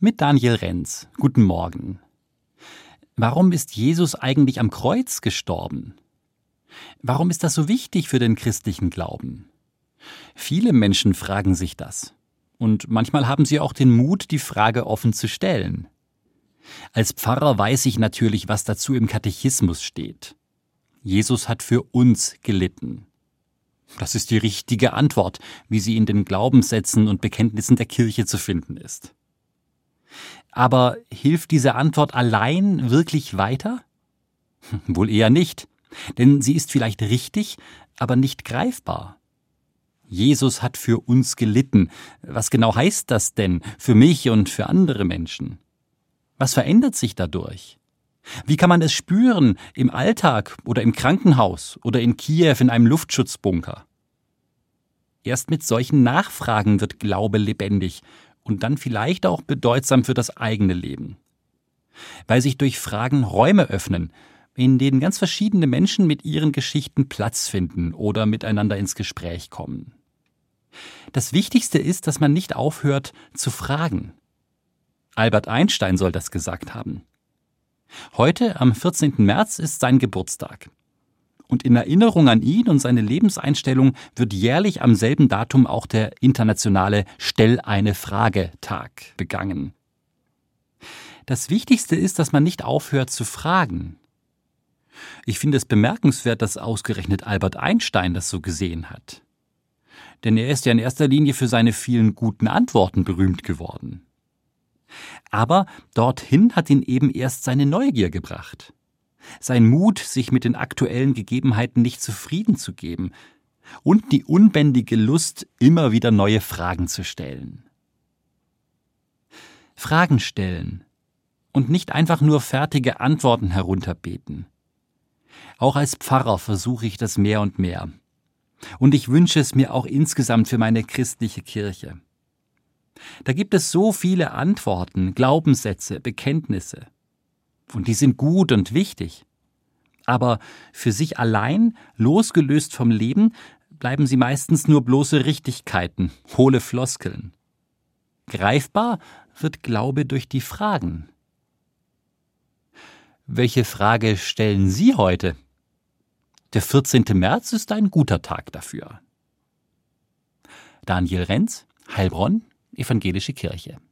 Mit Daniel Renz. Guten Morgen. Warum ist Jesus eigentlich am Kreuz gestorben? Warum ist das so wichtig für den christlichen Glauben? Viele Menschen fragen sich das. Und manchmal haben sie auch den Mut, die Frage offen zu stellen. Als Pfarrer weiß ich natürlich, was dazu im Katechismus steht. Jesus hat für uns gelitten. Das ist die richtige Antwort, wie sie in den Glaubenssätzen und Bekenntnissen der Kirche zu finden ist. Aber hilft diese Antwort allein wirklich weiter? Wohl eher nicht, denn sie ist vielleicht richtig, aber nicht greifbar. Jesus hat für uns gelitten. Was genau heißt das denn für mich und für andere Menschen? Was verändert sich dadurch? Wie kann man es spüren im Alltag oder im Krankenhaus oder in Kiew in einem Luftschutzbunker? Erst mit solchen Nachfragen wird Glaube lebendig und dann vielleicht auch bedeutsam für das eigene Leben. Weil sich durch Fragen Räume öffnen, in denen ganz verschiedene Menschen mit ihren Geschichten Platz finden oder miteinander ins Gespräch kommen. Das Wichtigste ist, dass man nicht aufhört zu fragen. Albert Einstein soll das gesagt haben. Heute, am 14. März, ist sein Geburtstag. Und in Erinnerung an ihn und seine Lebenseinstellung wird jährlich am selben Datum auch der internationale Stell-eine-Frage-Tag begangen. Das Wichtigste ist, dass man nicht aufhört zu fragen. Ich finde es bemerkenswert, dass ausgerechnet Albert Einstein das so gesehen hat. Denn er ist ja in erster Linie für seine vielen guten Antworten berühmt geworden. Aber dorthin hat ihn eben erst seine Neugier gebracht. Sein Mut, sich mit den aktuellen Gegebenheiten nicht zufrieden zu geben und die unbändige Lust, immer wieder neue Fragen zu stellen. Fragen stellen und nicht einfach nur fertige Antworten herunterbeten. Auch als Pfarrer versuche ich das mehr und mehr. Und ich wünsche es mir auch insgesamt für meine christliche Kirche. Da gibt es so viele Antworten, Glaubenssätze, Bekenntnisse. Und die sind gut und wichtig. Aber für sich allein, losgelöst vom Leben, bleiben sie meistens nur bloße Richtigkeiten, hohle Floskeln. Greifbar wird Glaube durch die Fragen. Welche Frage stellen Sie heute? Der 14. März ist ein guter Tag dafür. Daniel Renz, Heilbronn, Evangelische Kirche.